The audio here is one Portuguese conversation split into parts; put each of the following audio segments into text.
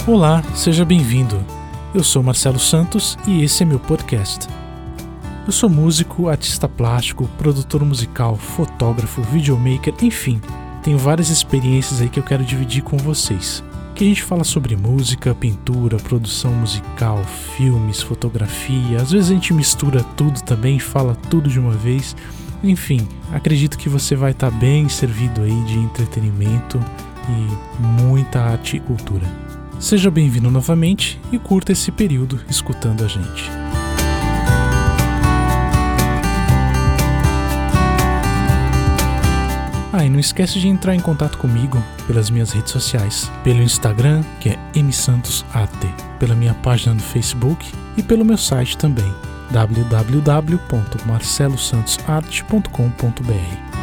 Olá, seja bem-vindo. Eu sou Marcelo Santos e esse é meu podcast. Eu sou músico, artista plástico, produtor musical, fotógrafo, videomaker, enfim, tenho várias experiências aí que eu quero dividir com vocês. Que a gente fala sobre música, pintura, produção musical, filmes, fotografia, às vezes a gente mistura tudo também, fala tudo de uma vez. Enfim, acredito que você vai estar bem servido aí de entretenimento e muita arte e cultura. Seja bem-vindo novamente e curta esse período escutando a gente. E não esquece de entrar em contato comigo pelas minhas redes sociais, pelo Instagram, que é msantosat, pela minha página no Facebook e pelo meu site também, www.marcelosantosart.com.br.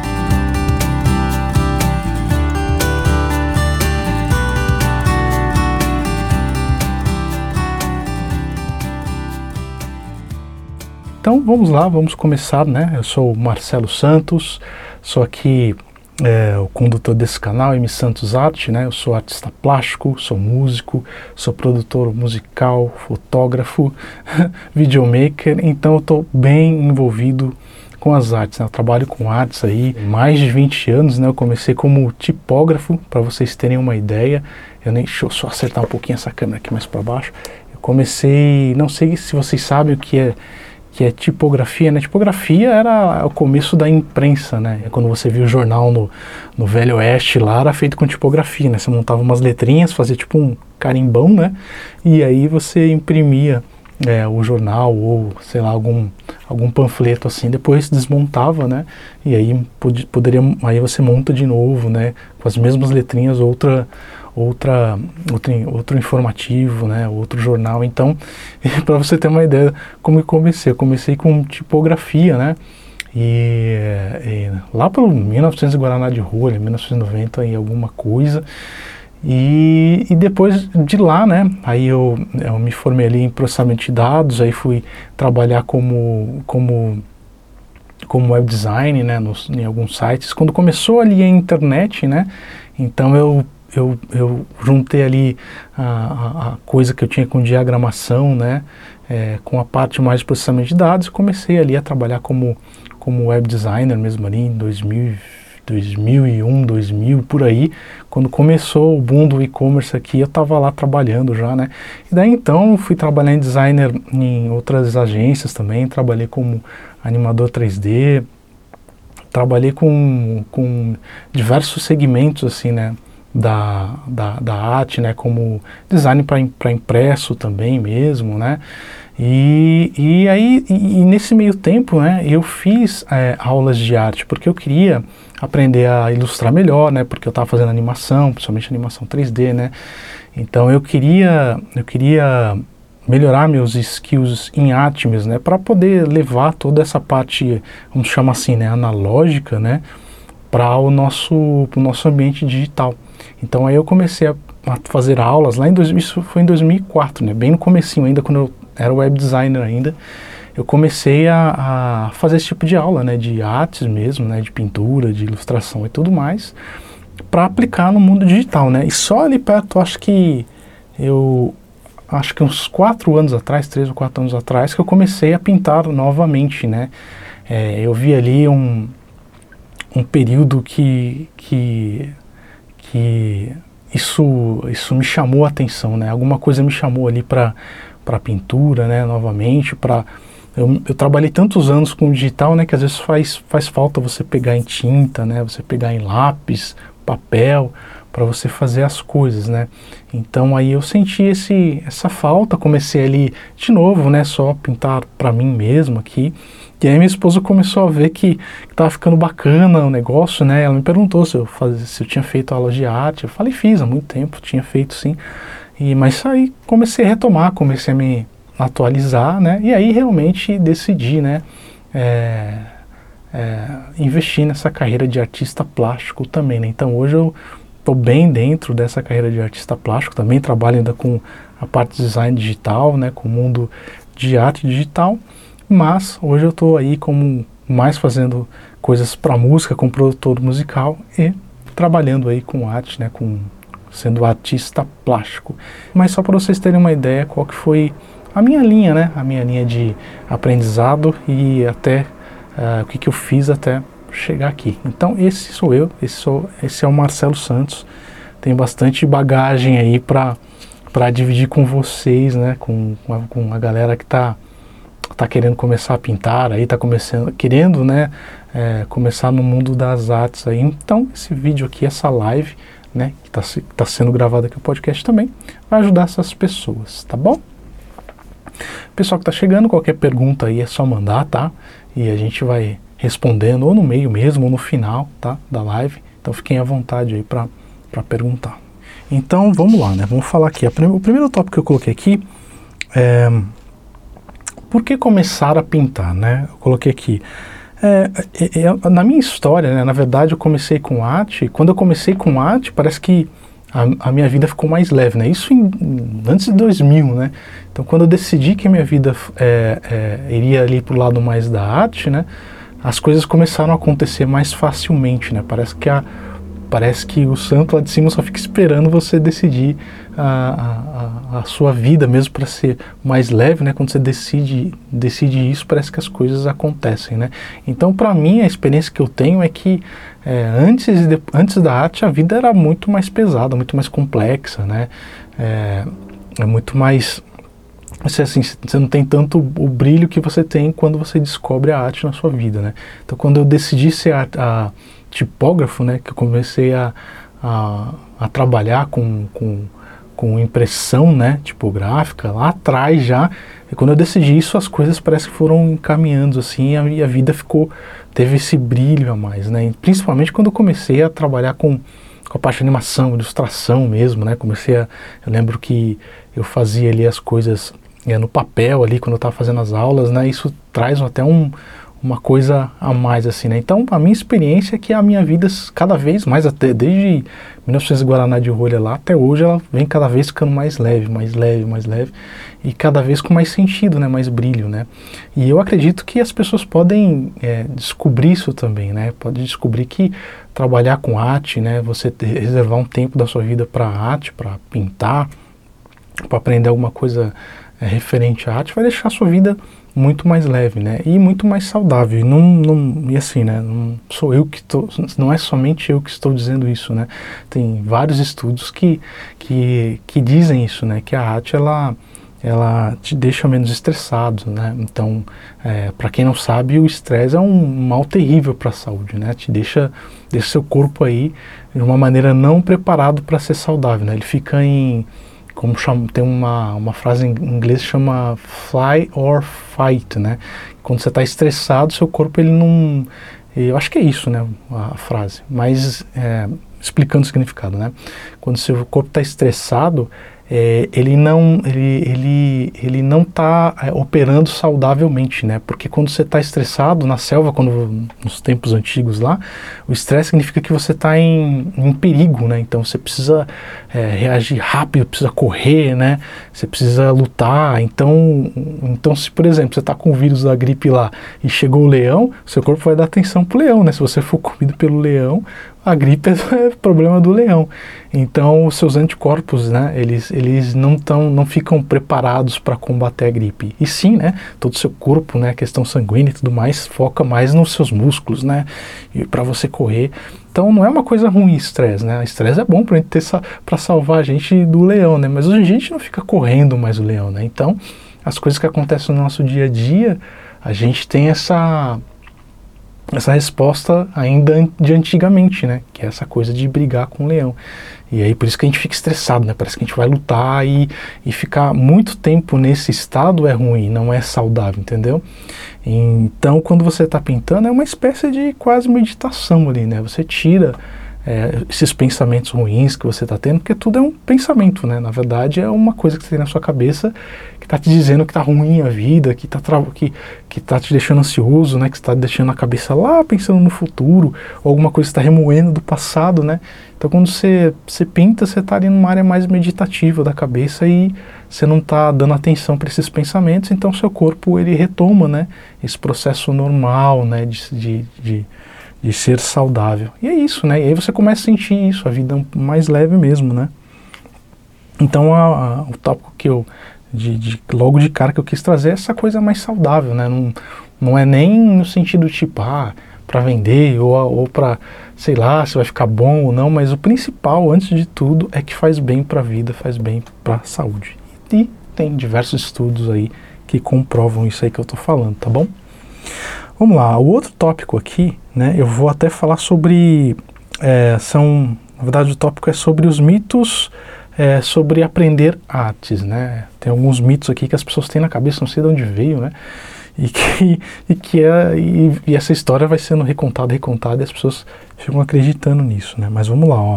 Então vamos lá, vamos começar, né? Eu sou o Marcelo Santos, sou aqui o condutor desse canal, M Santos Art, né? Eu sou artista plástico, sou músico, sou produtor musical, fotógrafo, videomaker, então eu estou bem envolvido com as artes, né? Eu trabalho com artes aí há mais de 20 anos, né? Eu comecei como tipógrafo, para vocês terem uma ideia. Deixa eu só acertar um pouquinho essa câmera aqui mais para baixo. Eu comecei, não sei se vocês sabem o que é tipografia, né? Tipografia era o começo da imprensa, né? Quando você viu o jornal no Velho Oeste lá, era feito com tipografia, né? Você montava umas letrinhas, fazia tipo um carimbão, né? E aí você imprimia o jornal ou, sei lá, algum panfleto assim, depois desmontava, né? E aí aí você monta de novo, né? Com as mesmas letrinhas, outro informativo, né, outro jornal. Então, para você ter uma ideia como eu comecei com tipografia, né, e lá pelo 1900 Guaraná de Rolha, 1990 e alguma coisa, e depois de lá, né, aí eu me formei ali em processamento de dados, aí fui trabalhar como web design, né, em alguns sites. Quando começou ali a internet, né, então eu juntei ali a coisa que eu tinha com diagramação, né, com a parte mais de processamento de dados, e comecei ali a trabalhar como web designer mesmo ali em 2001, 2000, por aí. Quando começou o boom do e-commerce aqui, eu estava lá trabalhando já, né, e daí então fui trabalhar em designer em outras agências também, trabalhei como animador 3D, trabalhei com diversos segmentos assim, né, da arte, né, como design para impresso também mesmo, né, e aí nesse meio tempo, né, eu fiz aulas de arte, porque eu queria aprender a ilustrar melhor, né, porque eu estava fazendo animação, principalmente animação 3D, né, então eu queria melhorar meus skills em arte mesmo, né, para poder levar toda essa parte, vamos chamar assim, né, analógica, né, para o nosso ambiente digital. Então aí eu comecei a fazer aulas lá isso foi em 2004, né, bem no comecinho ainda, quando eu era web designer ainda, eu comecei a fazer esse tipo de aula, né, de artes mesmo, né, de pintura, de ilustração e tudo mais, para aplicar no mundo digital, né, e só ali perto, acho que uns 4 anos atrás, 3 ou 4 anos atrás, que eu comecei a pintar novamente, né, eu vi ali um período que isso me chamou a atenção, né? Alguma coisa me chamou ali para pintura, né? Novamente, eu trabalhei tantos anos com digital, né? Que às vezes faz falta você pegar em tinta, né? Você pegar em lápis, papel, para você fazer as coisas, né? Então aí eu senti essa falta, comecei ali de novo, né? Só pintar para mim mesmo aqui. E aí minha esposa começou a ver que estava ficando bacana o negócio, né? Ela me perguntou se eu tinha feito aula de arte. Eu falei, fiz há muito tempo, tinha feito sim. Mas aí comecei a retomar, comecei a me atualizar, né? E aí realmente decidi, né? Investir nessa carreira de artista plástico também, né? Então hoje eu estou bem dentro dessa carreira de artista plástico, também trabalho ainda com a parte de design digital, né? Com o mundo de arte digital. Mas hoje eu estou aí mais fazendo coisas para música, como produtor musical e trabalhando aí com arte, né, com sendo artista plástico. Mas só para vocês terem uma ideia qual que foi a minha linha, né? A minha linha de aprendizado e até o que eu fiz até chegar aqui. Então esse sou eu, esse é o Marcelo Santos. Tem bastante bagagem aí para dividir com vocês, né? Com a galera que tá querendo começar a pintar, aí tá querendo, né? Começar no mundo das artes aí. Então esse vídeo aqui, essa live, né? Que tá sendo gravado aqui o podcast também, vai ajudar essas pessoas, tá bom? Pessoal que tá chegando, qualquer pergunta aí é só mandar, tá? E a gente vai respondendo ou no meio mesmo ou no final, tá? Da live. Então fiquem à vontade aí para perguntar. Então vamos lá, né? Vamos falar aqui. O primeiro tópico que eu coloquei aqui é por que começar a pintar, né? Eu coloquei aqui. Na minha história, né? Na verdade eu comecei com arte. Quando eu comecei com arte, parece que a minha vida ficou mais leve, né? Isso antes de 2000, né? Então, quando eu decidi que a minha vida iria ali para o lado mais da arte, né? As coisas começaram a acontecer mais facilmente, né? Parece que o santo lá de cima só fica esperando você decidir a sua vida mesmo para ser mais leve, né? Quando você decide isso, parece que as coisas acontecem, né? Então, para mim, a experiência que eu tenho é que antes da arte a vida era muito mais pesada, muito mais complexa, né? É muito mais... Assim, você não tem tanto o brilho que você tem quando você descobre a arte na sua vida, né? Então, quando eu decidi ser tipógrafo, né, que eu comecei a trabalhar com impressão, né, tipográfica, lá atrás já, e quando eu decidi isso, as coisas parece que foram encaminhando, assim, e a vida teve esse brilho a mais, né? E principalmente quando eu comecei a trabalhar com a parte de animação, ilustração mesmo, né? Eu lembro que eu fazia ali as coisas no papel ali, quando eu estava fazendo as aulas, né? Isso traz até uma coisa a mais, assim, né? Então, a minha experiência é que a minha vida, cada vez mais, até desde 1900 Guaraná de rolha lá até hoje, ela vem cada vez ficando mais leve, mais leve, mais leve, e cada vez com mais sentido, né? Mais brilho, né? E eu acredito que as pessoas podem descobrir isso também, né? Pode descobrir que trabalhar com arte, né? Você reservar um tempo da sua vida para arte, para pintar, para aprender alguma coisa referente à arte, vai deixar a sua vida muito mais leve, né? E muito mais saudável. E assim, né? Não é somente eu que estou dizendo isso, né? Tem vários estudos que dizem isso, né? Que a arte ela te deixa menos estressado, né? Então, para quem não sabe, o estresse é um mal terrível para a saúde, né? Deixa seu corpo aí de uma maneira não preparado para ser saudável, né? Ele fica tem uma frase em inglês que chama fly or fight, né? Quando você está estressado, seu corpo ele não... Eu acho que é isso, né? A frase. Mas explicando o significado, né? Quando seu corpo está estressado, ele não está operando saudavelmente, né? Porque quando você está estressado na selva, nos tempos antigos lá, o estresse significa que você está em perigo, né? Então você precisa reagir rápido, precisa correr, né? Você precisa lutar. Então se, por exemplo, você está com o vírus da gripe lá e chegou o leão, seu corpo vai dar atenção pro leão, né? Se você for comido pelo leão, a gripe é problema do leão. Então, os seus anticorpos, né, eles não ficam preparados para combater a gripe. E sim, né, todo o seu corpo, né, questão sanguínea e tudo mais, foca mais nos seus músculos, né, para você correr. Então, não é uma coisa ruim estresse, né? Estresse é bom para salvar a gente do leão, né? Mas hoje a gente não fica correndo mais o leão, né? Então, as coisas que acontecem no nosso dia a dia, a gente tem essa resposta ainda de antigamente, né? Que é essa coisa de brigar com o leão. E aí por isso que a gente fica estressado, né? Parece que a gente vai lutar e ficar muito tempo nesse estado é ruim, não é saudável, entendeu? Então quando você está pintando é uma espécie de quase meditação ali, né? Você tira esses pensamentos ruins que você está tendo, porque tudo é um pensamento, né? Na verdade é uma coisa que você tem na sua cabeça que está te dizendo que está ruim a vida, que está te deixando ansioso, né? Que está deixando a cabeça lá pensando no futuro, ou alguma coisa que está remoendo do passado, né? Então quando você pinta, você está ali numa área mais meditativa da cabeça e você não está dando atenção para esses pensamentos, então seu corpo ele retoma, né? Esse processo normal, né? De ser saudável. E é isso, né? E aí você começa a sentir isso, a vida mais leve mesmo, né? Então o tópico que eu, logo de cara que eu quis trazer é essa coisa mais saudável, né? Não é nem no sentido tipo, para vender ou para, sei lá, se vai ficar bom ou não, mas o principal, antes de tudo, é que faz bem para a vida, faz bem para a saúde. E tem diversos estudos aí que comprovam isso aí que eu tô falando, tá bom? Vamos lá, o outro tópico aqui, né, eu vou até falar sobre, na verdade o tópico é sobre os mitos sobre aprender artes, né? Tem alguns mitos aqui que as pessoas têm na cabeça, não sei de onde veio, né? E essa história vai sendo recontada e as pessoas ficam acreditando nisso, né? Mas vamos lá, ó.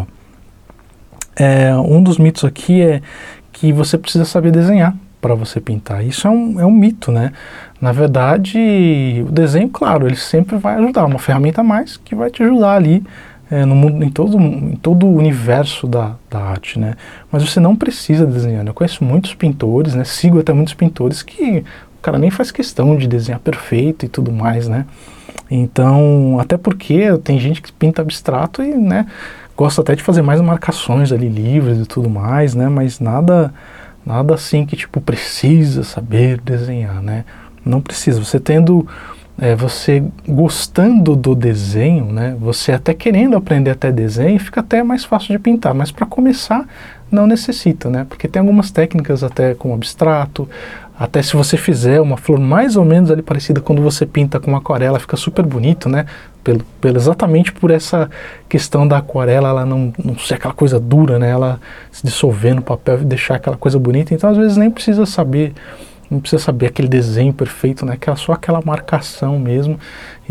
Um dos mitos aqui é que você precisa saber desenhar para você pintar. Isso é um mito, né? Na verdade, o desenho, claro, ele sempre vai ajudar, uma ferramenta a mais que vai te ajudar ali no mundo, em todo o universo da arte, né? Mas você não precisa desenhar. Eu conheço muitos pintores, né? Sigo até muitos pintores que o cara nem faz questão de desenhar perfeito e tudo mais, né? Então, até porque tem gente que pinta abstrato e, né, gosta até de fazer mais marcações ali livres e tudo mais, né? Mas nada assim que, tipo, precisa saber desenhar, né? Não precisa. Você você gostando do desenho, né? Você até querendo aprender até desenho, fica até mais fácil de pintar. Mas para começar, não necessita, né? Porque tem algumas técnicas até com abstrato. Até se você fizer uma flor mais ou menos ali parecida quando você pinta com aquarela, fica super bonito, né? Exatamente por essa questão da aquarela, ela não ser aquela coisa dura, né? Ela se dissolver no papel e deixar aquela coisa bonita. Então, às vezes, nem precisa saber, não precisa saber aquele desenho perfeito, né? Só aquela marcação mesmo.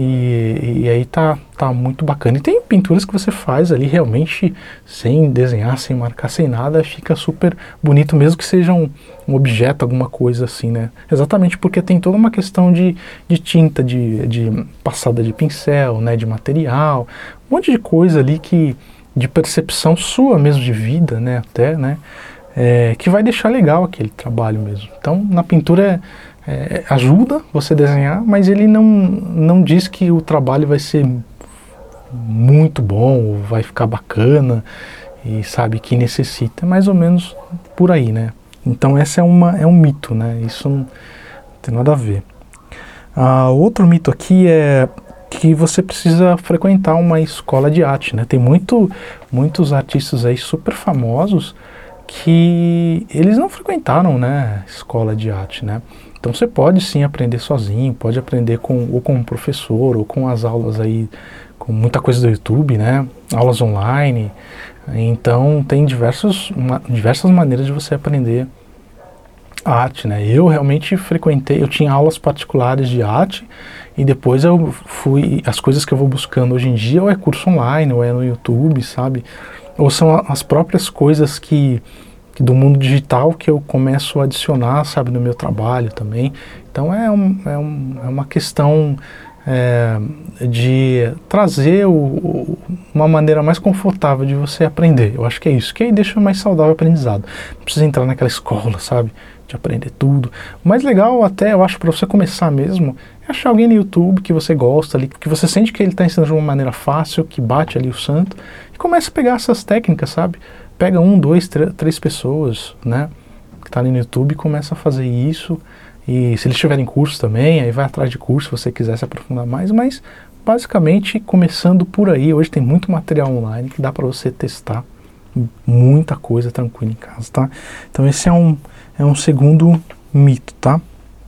E aí tá muito bacana. E tem pinturas que você faz ali realmente sem desenhar, sem marcar, sem nada, fica super bonito, mesmo que seja um objeto, alguma coisa assim, né? Exatamente porque tem toda uma questão de tinta, de passada de pincel, né? De material, um monte de coisa ali de percepção sua mesmo, de vida, né? Até, né? Que vai deixar legal aquele trabalho mesmo. Então, na pintura ajuda você desenhar, mas ele não diz que o trabalho vai ser muito bom, ou vai ficar bacana, e sabe que necessita, mais ou menos por aí, né? Então essa é um mito, né? Isso não tem nada a ver. Outro mito aqui é que você precisa frequentar uma escola de arte, né? Tem muitos artistas aí super famosos que eles não frequentaram, né, escola de arte, né? Então você pode sim aprender sozinho, pode aprender ou com um professor, ou com as aulas aí, com muita coisa do YouTube, né? Aulas online. Então tem diversas maneiras de você aprender arte, né? Eu realmente eu tinha aulas particulares de arte e depois as coisas que eu vou buscando hoje em dia ou é curso online, ou é no YouTube, sabe? Ou são as próprias coisas que do mundo digital que eu começo a adicionar, sabe, no meu trabalho também. Então é uma questão de trazer uma maneira mais confortável de você aprender. Eu acho que é isso, que aí deixa mais saudável o aprendizado. Não precisa entrar naquela escola, sabe, de aprender tudo. O mais legal até, eu acho, para você começar mesmo, é achar alguém no YouTube que você gosta ali, que você sente que ele está ensinando de uma maneira fácil, que bate ali o santo, e começa a pegar essas técnicas, sabe? Pega 1, 2, 3 pessoas, né, que tá ali no YouTube e começa a fazer isso. E se eles tiverem curso também, aí vai atrás de curso se você quiser se aprofundar mais, mas basicamente começando por aí. Hoje tem muito material online que dá para você testar muita coisa tranquila em casa, tá? Então esse é um segundo mito, tá?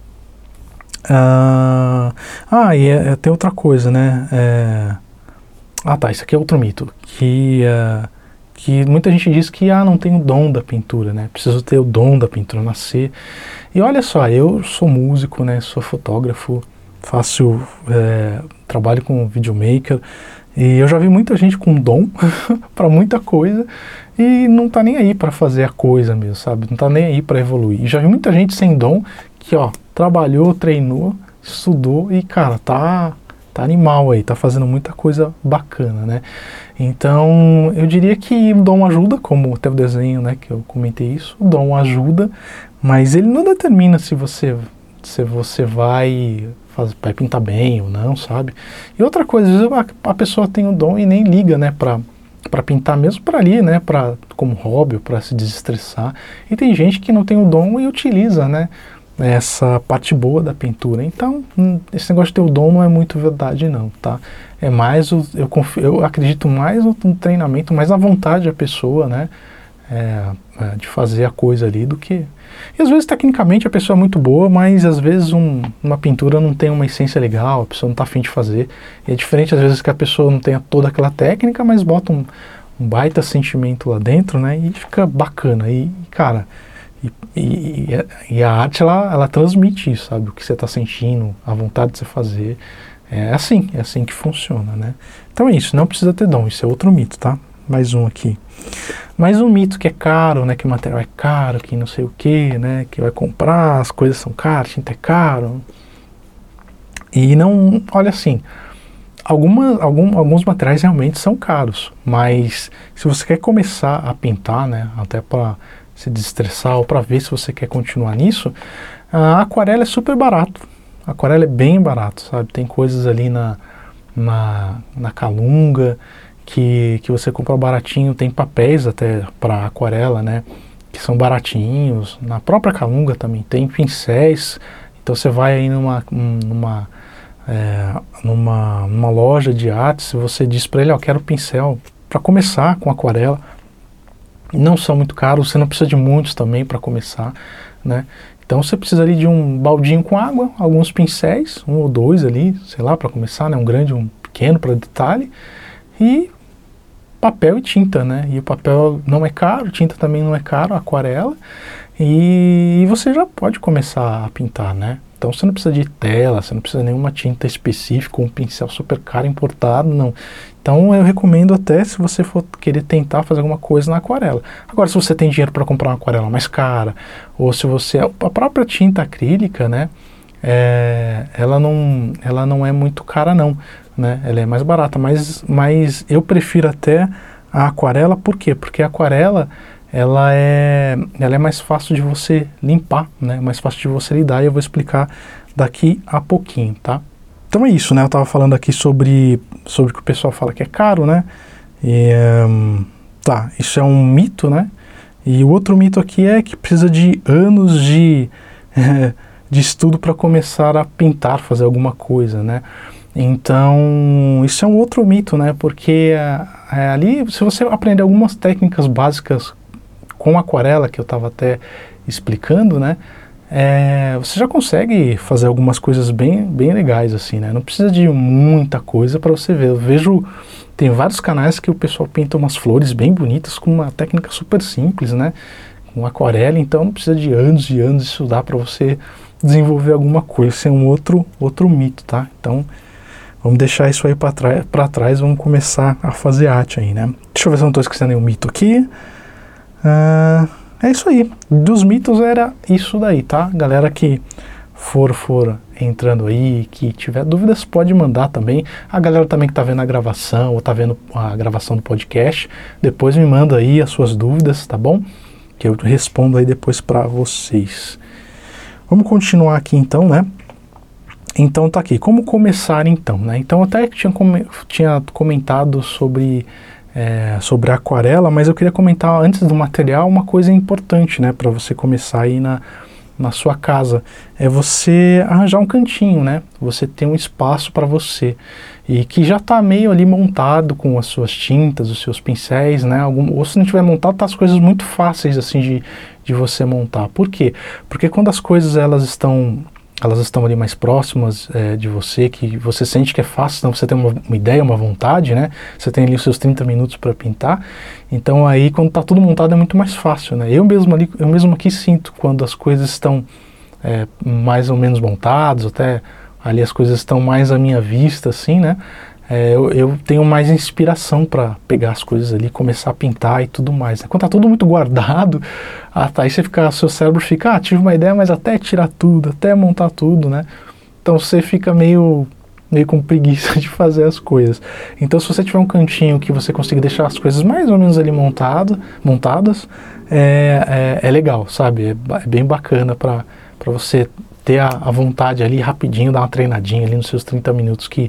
E tem outra coisa, né? Tá, isso aqui é outro mito, que muita gente diz que não tem o dom da pintura, né? Preciso ter o dom da pintura, nascer. E olha só, eu sou músico, né? Sou fotógrafo, trabalho com videomaker, e eu já vi muita gente com dom para muita coisa e não tá nem aí para fazer a coisa mesmo, sabe? Não tá nem aí para evoluir. E já vi muita gente sem dom que, trabalhou, treinou, estudou e, cara, tá animal aí, tá fazendo muita coisa bacana, né? Então, eu diria que o dom ajuda, como até o desenho, né, que eu comentei isso, o dom ajuda, mas ele não determina se você vai pintar bem ou não, sabe? E outra coisa, às vezes a pessoa tem o dom e nem liga, né, para pintar mesmo para ali, né, como hobby, para se desestressar. E tem gente que não tem o dom e utiliza, né, essa parte boa da pintura. Então, esse negócio de ter o dom não é muito verdade não, tá? É mais, eu acredito mais no treinamento, mais na vontade da pessoa, né, de fazer a coisa ali do que... E às vezes, tecnicamente, a pessoa é muito boa, mas às vezes uma pintura não tem uma essência legal, a pessoa não está afim de fazer. E é diferente, às vezes, que a pessoa não tenha toda aquela técnica, mas bota um baita sentimento lá dentro, né? E fica bacana. E cara, a arte, ela transmite isso, sabe? O que você está sentindo, a vontade de você fazer. É assim que funciona, né? Então é isso, não precisa ter dom, isso é outro mito, tá? Mais um aqui. Mais um mito que é caro, né? Que o material é caro, que não sei o que, né? Que vai comprar, as coisas são caras, tinta é caro. E não, olha assim, alguns materiais realmente são caros, mas se você quer começar a pintar, né? Até para se desestressar ou para ver se você quer continuar nisso, a aquarela é super barato. A aquarela é bem barato, sabe? Tem coisas ali na Calunga que você compra baratinho, tem papéis até para aquarela, né, que são baratinhos. Na própria Calunga também tem pincéis, então você vai aí numa loja de artes, você diz para ele, ó, quero pincel para começar com aquarela, não são muito caros, você não precisa de muitos também para começar, né, então você precisa ali de um baldinho com água, alguns pincéis, um ou dois ali, sei lá, para começar, né, um grande, um pequeno para detalhe, e papel e tinta, né? E o papel não é caro, tinta também não é caro, aquarela, e você já pode começar a pintar, né? Então você não precisa de tela, você não precisa de nenhuma tinta específica, um pincel super caro importado, não. Então eu recomendo até se você for querer tentar fazer alguma coisa na aquarela. Agora, se você tem dinheiro para comprar uma aquarela mais cara, ou se você... A própria tinta acrílica, né? Ela não é muito cara não, né? Ela é mais barata, mas eu prefiro até a aquarela. Por quê? Porque a aquarela ela é mais fácil de você limpar, né? Mais fácil de você lidar, e eu vou explicar daqui a pouquinho, tá? Então é isso, né? Eu estava falando aqui sobre o que o pessoal fala que é caro, né? E, tá, isso é um mito, né? E o outro mito aqui é que precisa de anos de estudo para começar a pintar, fazer alguma coisa, né? Então, isso é um outro mito, né? Porque ali, se você aprender algumas técnicas básicas com aquarela, que eu estava até explicando, né? Você já consegue fazer algumas coisas bem legais, assim, né? Não precisa de muita coisa para você ver. Eu vejo, tem vários canais que o pessoal pinta umas flores bem bonitas com uma técnica super simples, né? Com aquarela, então não precisa de anos e anos de estudar para você desenvolver alguma coisa. Isso é um outro mito, tá? Então, vamos deixar isso aí para trás, vamos começar a fazer arte aí, né? Deixa eu ver se eu não estou esquecendo nenhum mito aqui. É isso aí. Dos mitos era isso daí, tá? Galera que for entrando aí, que tiver dúvidas, pode mandar também. A galera também que tá vendo a gravação, ou tá vendo a gravação do podcast, depois me manda aí as suas dúvidas, tá bom? Que eu respondo aí depois para vocês. Vamos continuar aqui então, né? Então tá aqui, como começar então, né? Então eu até tinha comentado sobre a aquarela, mas eu queria comentar antes do material uma coisa importante, né? Para você começar aí na sua casa, é você arranjar um cantinho, né? Você ter um espaço para você, e que já está meio ali montado com as suas tintas, os seus pincéis, né? Ou se não tiver montado, tá as coisas muito fáceis assim de você montar. Por quê? Porque quando as coisas elas estão ali mais próximas de você, que você sente que é fácil, então você tem uma ideia, uma vontade, né? Você tem ali os seus 30 minutos para pintar, então aí quando está tudo montado é muito mais fácil, né? Eu mesmo aqui sinto quando as coisas estão mais ou menos montadas, até ali as coisas estão mais à minha vista, assim, né? Eu tenho mais inspiração para pegar as coisas ali, começar a pintar e tudo mais, né? Quando tá tudo muito guardado, aí seu cérebro fica, tive uma ideia, mas até tirar tudo, até montar tudo, né? Então você fica meio com preguiça de fazer as coisas. Então se você tiver um cantinho que você consiga deixar as coisas mais ou menos ali montadas, é legal, sabe? É bem bacana para você ter a vontade ali rapidinho, dar uma treinadinha ali nos seus 30 minutos que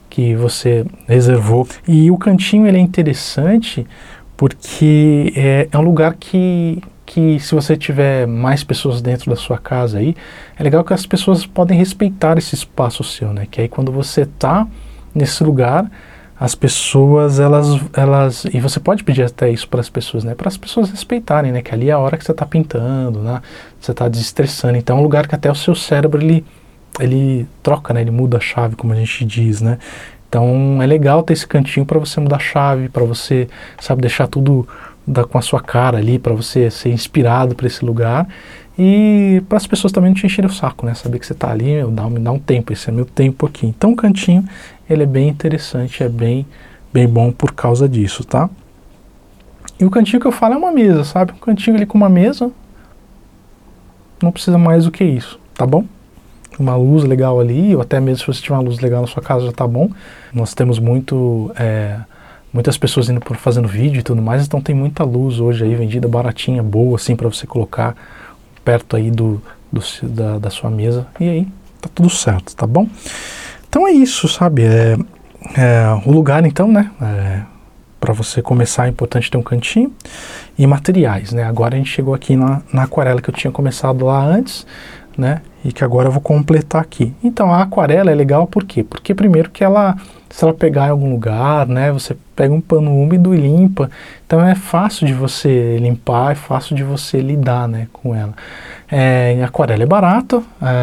que você reservou. E o cantinho ele é interessante porque é um lugar que se você tiver mais pessoas dentro da sua casa aí, é legal que as pessoas podem respeitar esse espaço seu, né? Que aí quando você tá nesse lugar, as pessoas, e você pode pedir até isso para as pessoas, né? Para as pessoas respeitarem, né? Que ali é a hora que você está pintando, né? Você está desestressando. Então é um lugar que até o seu cérebro, ele troca, né? Ele muda a chave, como a gente diz, né? Então é legal ter esse cantinho para você mudar a chave, para você, sabe, deixar tudo com a sua cara ali, para você ser inspirado para esse lugar. E para as pessoas também não te encherem o saco, né? Saber que você está ali, me dá um tempo, esse é meu tempo aqui. Então o cantinho, ele é bem interessante, é bem bom por causa disso, tá? E o cantinho que eu falo é uma mesa, sabe? Um cantinho ali com uma mesa, não precisa mais do que isso, tá bom? Uma luz legal ali, ou até mesmo se você tiver uma luz legal na sua casa já tá bom. Nós temos muitas pessoas indo fazendo vídeo e tudo mais, então tem muita luz hoje aí vendida baratinha, boa assim para você colocar perto aí da sua mesa, e aí tá tudo certo, tá bom? Então é isso, sabe? O lugar então, né? Para você começar é importante ter um cantinho e materiais, né? Agora a gente chegou aqui na aquarela que eu tinha começado lá antes, né? E que agora eu vou completar aqui. Então a aquarela é legal por quê? Porque primeiro que se ela pegar em algum lugar, né? Você pega um pano úmido e limpa. Então é fácil de você limpar, é fácil de você lidar, né, com ela. A aquarela é barata,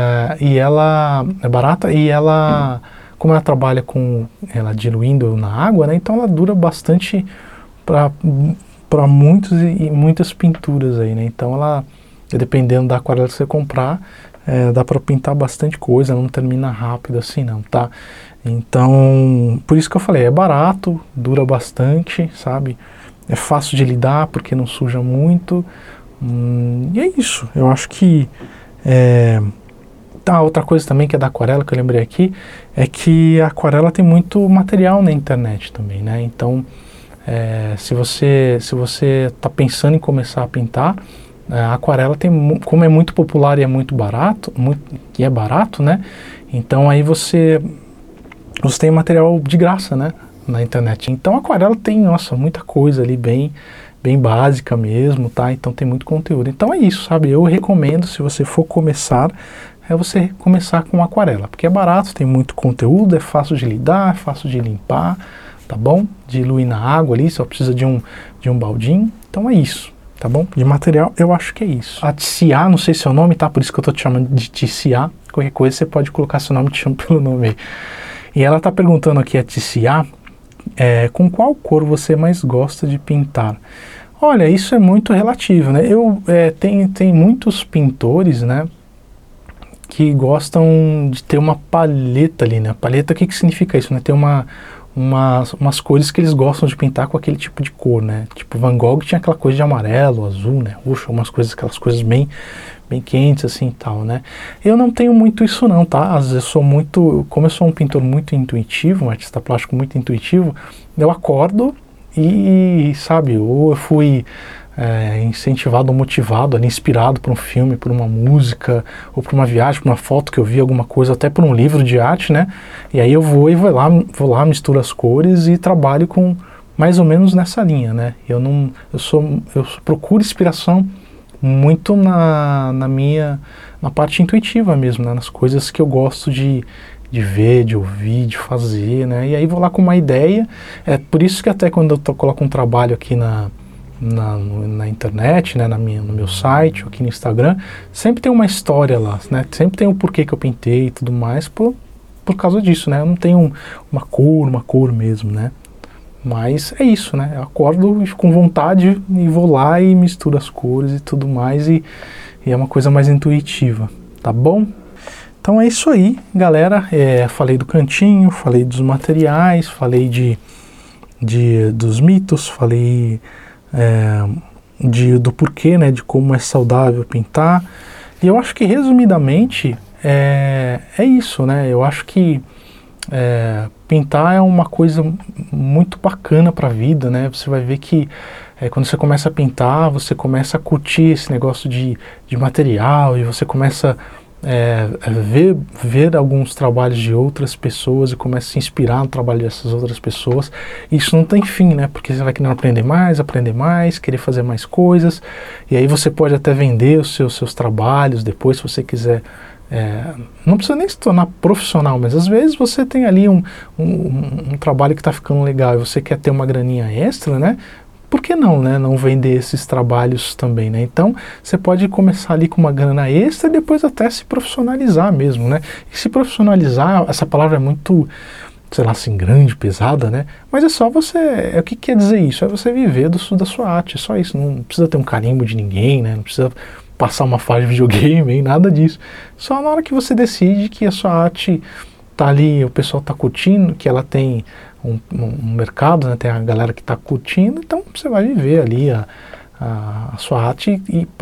como ela trabalha com ela diluindo na água, né? Então ela dura bastante para muitas pinturas aí, né? Então ela, dependendo da aquarela que você comprar, dá para pintar bastante coisa, não termina rápido assim não, tá? Então, por isso que eu falei, é barato, dura bastante, sabe? É fácil de lidar porque não suja muito. E é isso, eu acho que... outra coisa também que é da aquarela, que eu lembrei aqui, é que a aquarela tem muito material na internet também, né? Então, se você está pensando em começar a pintar, a aquarela como é muito popular e é muito barato, né? Então aí você tem material de graça, né, na internet. Então a aquarela tem, nossa, muita coisa ali bem básica mesmo, tá? Então tem muito conteúdo. Então é isso, sabe? Eu recomendo, se você for começar, você começar com aquarela, porque é barato, tem muito conteúdo, é fácil de lidar, é fácil de limpar, tá bom? Diluir na água ali, só precisa de um baldinho. Então é isso. Tá bom? De material, eu acho que é isso. A Ticia, não sei se é o nome, tá? Por isso que eu tô te chamando de Ticia. Qualquer coisa você pode colocar seu nome, te chamo pelo nome aí. E ela tá perguntando aqui, a Ticia, com qual cor você mais gosta de pintar? Olha, isso é muito relativo, né? Tem muitos pintores, né, que gostam de ter uma paleta ali, né? Paleta, o que significa isso, né? Ter umas cores que eles gostam de pintar com aquele tipo de cor, né? Tipo, Van Gogh tinha aquela coisa de amarelo, azul, né? Roxo, aquelas coisas bem quentes assim e tal, né? Eu não tenho muito isso não, tá? Às vezes como eu sou um pintor muito intuitivo, um artista plástico muito intuitivo, eu acordo e sabe, ou eu fui incentivado ou motivado, ali, inspirado por um filme, por uma música, ou por uma viagem, por uma foto que eu vi, alguma coisa, até por um livro de arte, né? E aí eu vou lá, misturo as cores e trabalho com mais ou menos nessa linha, né? Eu procuro inspiração muito na parte intuitiva mesmo, né? Nas coisas que eu gosto de ver, de ouvir, de fazer, né? E aí vou lá com uma ideia. É por isso que até quando eu coloco um trabalho aqui na internet, né, no meu site, aqui no Instagram, sempre tem uma história lá, né? Sempre tem o porquê que eu pintei e tudo mais, por causa disso, né? Eu não tenho uma cor mesmo, né? Mas é isso, né? Eu acordo com vontade e vou lá e misturo as cores e tudo mais, e é uma coisa mais intuitiva, tá bom? Então é isso aí, galera. Falei do cantinho, falei dos materiais, falei dos mitos, falei do porquê, né, de como é saudável pintar. E eu acho que, resumidamente, é isso, né? Eu acho que pintar é uma coisa muito bacana para a vida, né? Você vai ver que quando você começa a pintar, você começa a curtir esse negócio de material, e você começa ver alguns trabalhos de outras pessoas e começa a se inspirar no trabalho dessas outras pessoas. Isso não tem fim, né? Porque você vai querendo aprender mais, querer fazer mais coisas, e aí você pode até vender os seus trabalhos depois, se você quiser. Não precisa nem se tornar profissional, mas às vezes você tem ali um trabalho que está ficando legal e você quer ter uma graninha extra, né? Por que não, né? Não vender esses trabalhos também, né? Então, você pode começar ali com uma grana extra e depois até se profissionalizar mesmo, né? E se profissionalizar, essa palavra é muito, sei lá, assim, grande, pesada, né? Mas é só você, o que quer dizer isso? É você viver da sua arte, é só isso. Não precisa ter um carimbo de ninguém, né? Não precisa passar uma fase de videogame, nem nada disso. Só na hora que você decide que a sua arte tá ali, o pessoal tá curtindo, que ela tem um mercado, né, tem a galera que está curtindo, então você vai viver ali a sua arte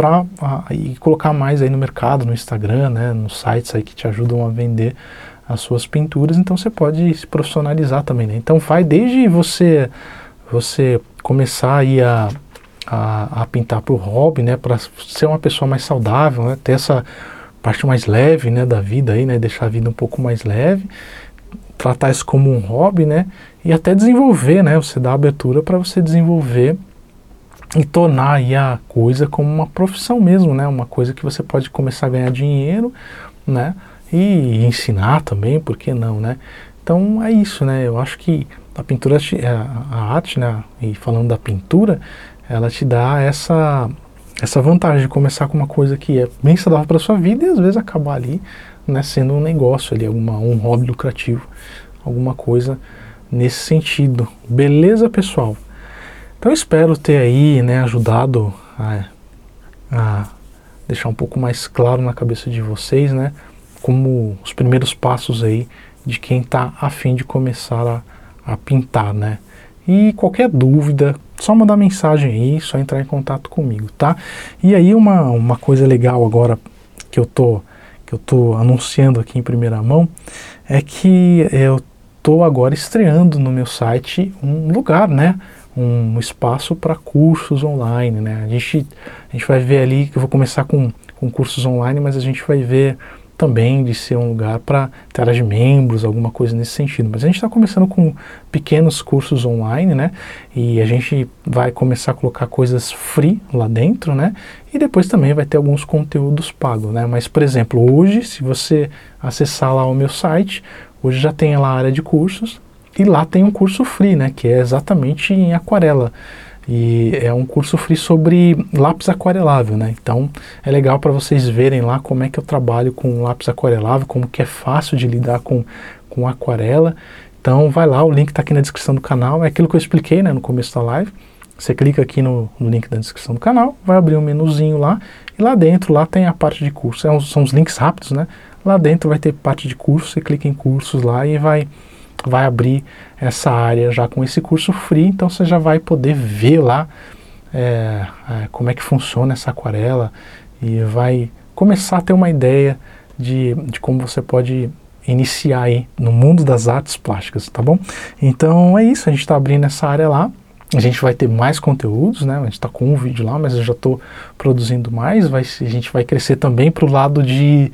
e colocar mais aí no mercado, no Instagram, né, nos sites aí que te ajudam a vender as suas pinturas, então você pode se profissionalizar também, né? Então vai desde você começar aí a pintar para o hobby, né, para ser uma pessoa mais saudável, né, ter essa parte mais leve, né, da vida aí, né, deixar a vida um pouco mais leve, tratar isso como um hobby, né, e até desenvolver, né, você dá abertura para você desenvolver e tornar aí a coisa como uma profissão mesmo, né, uma coisa que você pode começar a ganhar dinheiro, né, e ensinar também, por que não, né? Então é isso, né, eu acho que a pintura, a arte, né, e falando da pintura, ela te dá essa vantagem de começar com uma coisa que é bem saudável para a sua vida e às vezes acabar ali, né, sendo um negócio ali, um hobby lucrativo, alguma coisa nesse sentido. Beleza, pessoal? Então eu espero ter aí, né, ajudado a deixar um pouco mais claro na cabeça de vocês, né, como os primeiros passos aí de quem está a fim de começar a pintar, né? E qualquer dúvida, só mandar mensagem aí, só entrar em contato comigo, tá? E aí uma coisa legal agora que eu tô anunciando aqui em primeira mão é que eu tô agora estreando no meu site um lugar, né? Um espaço para cursos online, né? A gente vai ver ali que eu vou começar com cursos online, mas a gente vai ver também de ser um lugar para ter área de membros, alguma coisa nesse sentido. Mas a gente está começando com pequenos cursos online, né? E a gente vai começar a colocar coisas free lá dentro, né? E depois também vai ter alguns conteúdos pagos, né? Mas, por exemplo, hoje, se você acessar lá o meu site, hoje já tem lá a área de cursos e lá tem um curso free, né? Que é exatamente em aquarela. E é um curso free sobre lápis aquarelável, né? Então é legal para vocês verem lá como é que eu trabalho com lápis aquarelável, como que é fácil de lidar com aquarela. Então vai lá, o link está aqui na descrição do canal, é aquilo que eu expliquei, né, no começo da live. Você clica aqui no link da descrição do canal, vai abrir um menuzinho lá, e lá dentro lá tem a parte de curso, são os links rápidos, né? Lá dentro vai ter parte de curso, você clica em cursos lá e vai abrir essa área já com esse curso free, então você já vai poder ver lá como é que funciona essa aquarela e vai começar a ter uma ideia de como você pode iniciar aí no mundo das artes plásticas, tá bom? Então é isso, a gente está abrindo essa área lá, a gente vai ter mais conteúdos, né? A gente está com um vídeo lá, mas eu já estou produzindo mais, a gente vai crescer também para o lado de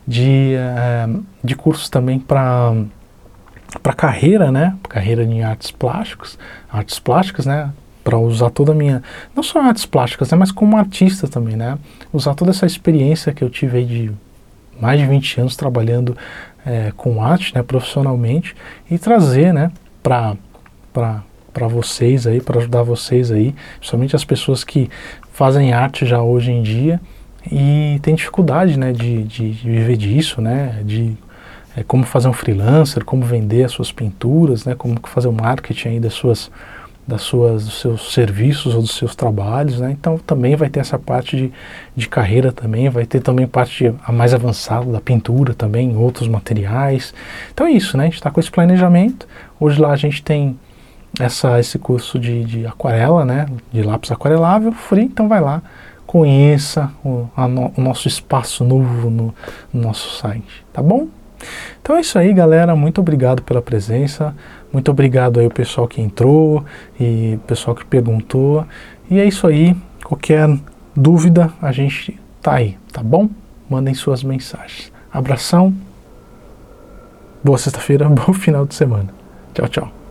cursos também para carreira, né? Carreira em artes plásticas, né? Para usar toda a minha, não só artes plásticas, né? Mas como artista também, né? Usar toda essa experiência que eu tive aí de mais de 20 anos trabalhando com arte, né? Profissionalmente e trazer, né? Para vocês aí, para ajudar vocês aí, principalmente as pessoas que fazem arte já hoje em dia e tem dificuldade, né? De viver disso, né? Como fazer um freelancer, como vender as suas pinturas, né, como fazer o marketing aí dos seus serviços ou dos seus trabalhos, né? Então também vai ter essa parte de carreira também, vai ter também parte a mais avançada da pintura também, outros materiais. Então é isso, né? A gente está com esse planejamento. Hoje lá a gente tem esse curso de aquarela, né, de lápis aquarelável, free, então vai lá, conheça o nosso espaço novo no nosso site, tá bom? Então é isso aí, galera, muito obrigado pela presença, muito obrigado aí o pessoal que entrou e o pessoal que perguntou, e é isso aí, qualquer dúvida a gente tá aí, tá bom? mandem suas mensagens. Abração, boa sexta-feira, bom final de semana. Tchau, tchau.